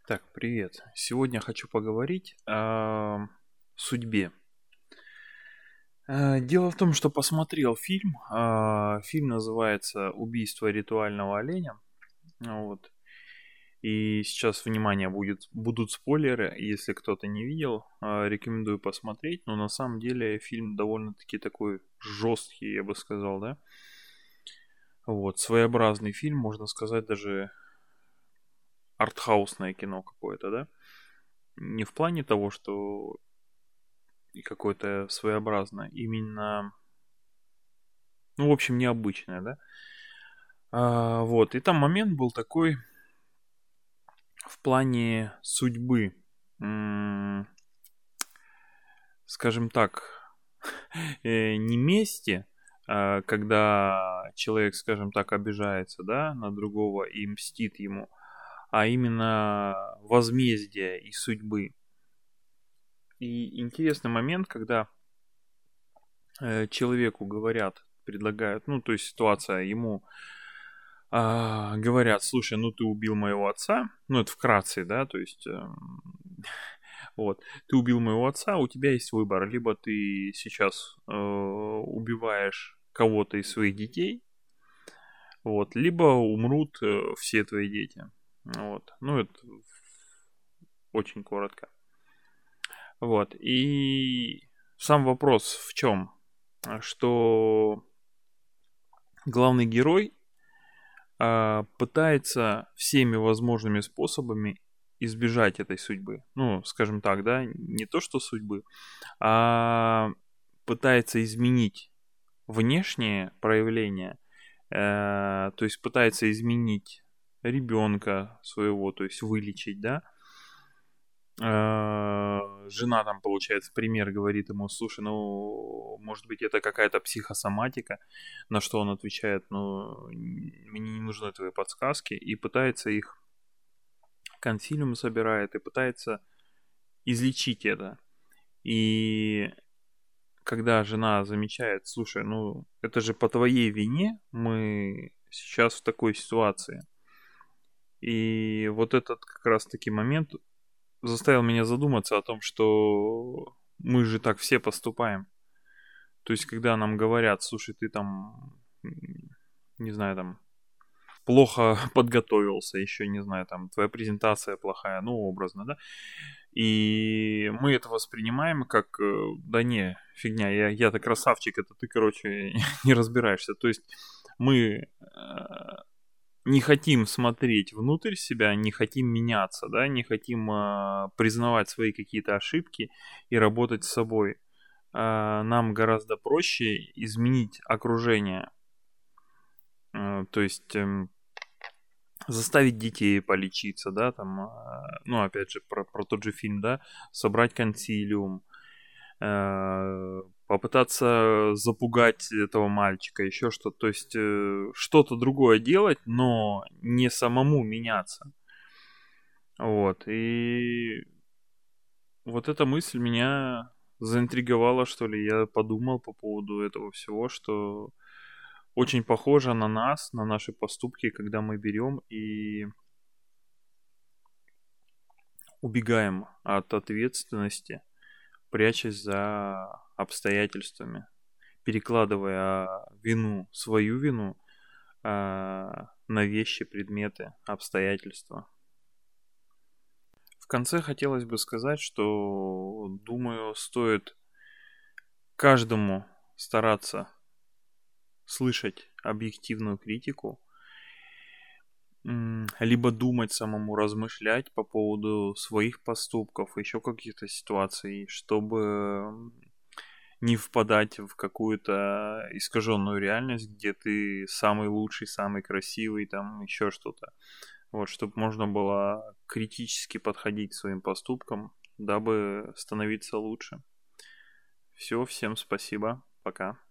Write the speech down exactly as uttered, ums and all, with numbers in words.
Так, привет. Сегодня хочу поговорить о судьбе. Э, Дело в том, что посмотрел фильм. а, Фильм называется «Убийство ритуального оленя». Ну вот. И сейчас, внимание, будет, будут спойлеры. Если кто-то не видел, а, рекомендую посмотреть. Но на самом деле фильм довольно-таки такой жесткий, я бы сказал, да? Вот, своеобразный фильм, можно сказать, даже артхаусное кино какое-то, да? Не в плане того, что и какое-то своеобразное, именно, ну, в общем, необычное, да. А, вот, и там момент был такой в плане судьбы. М, Скажем так, э, не мести, а, когда человек, скажем так, обижается, да, на другого и мстит ему, а именно возмездие и судьбы. И интересный момент, когда э, человеку говорят, предлагают, ну, то есть ситуация, ему а, говорят, слушай, ну ты убил моего отца, ну это вкратце, да, то есть, эм, вот, ты убил моего отца, у тебя есть выбор, либо ты сейчас э, убиваешь кого-то из своих детей, вот, либо умрут э, все твои дети, вот, ну это очень коротко, вот, и сам вопрос в чем, что главный герой а, пытается всеми возможными способами избежать этой судьбы. Ну, скажем так, да, не то что судьбы, а пытается изменить внешнее проявление, э, то есть пытается изменить ребенка своего, то есть вылечить, да. Э, Жена там, получается, пример говорит ему, слушай, ну, может быть, это какая-то психосоматика, на что он отвечает, ну, мне не нужны твои подсказки, и пытается их, консилиум собирает и пытается излечить это. И когда жена замечает, слушай, ну, это же по твоей вине мы сейчас в такой ситуации. И вот этот как раз-таки момент заставил меня задуматься о том, что мы же так все поступаем. То есть, когда нам говорят, слушай, ты там, м, не знаю, там, плохо подготовился, еще не знаю, там, твоя презентация плохая, ну, образно, да, и мы это воспринимаем как, э, да не, фигня, я, я-то красавчик, это ты, короче, не разбираешься. То есть мы э, не хотим смотреть внутрь себя, не хотим меняться, да, не хотим а, признавать свои какие-то ошибки и работать с собой. А, нам гораздо проще изменить окружение, а, то есть эм, заставить детей полечиться, да, там, а, ну, опять же, про, про тот же фильм, да, собрать консилиум, э, попытаться запугать этого мальчика, еще что-то, то есть э, что-то другое делать, но не самому меняться. Вот, и вот эта мысль меня заинтриговала, что ли. Я подумал по поводу этого всего, что очень похоже на нас, на наши поступки, когда мы берем и убегаем от ответственности, прячась за обстоятельствами, перекладывая вину, свою вину а, на вещи, предметы, обстоятельства. В конце хотелось бы сказать, что, думаю, стоит каждому стараться слышать объективную критику, м, либо думать самому, размышлять по поводу своих поступков, еще каких-то ситуаций, чтобы м, не впадать в какую-то искаженную реальность, где ты самый лучший, самый красивый, там еще что-то. Вот, чтобы можно было критически подходить к своим поступкам, дабы становиться лучше. Все, всем спасибо, пока.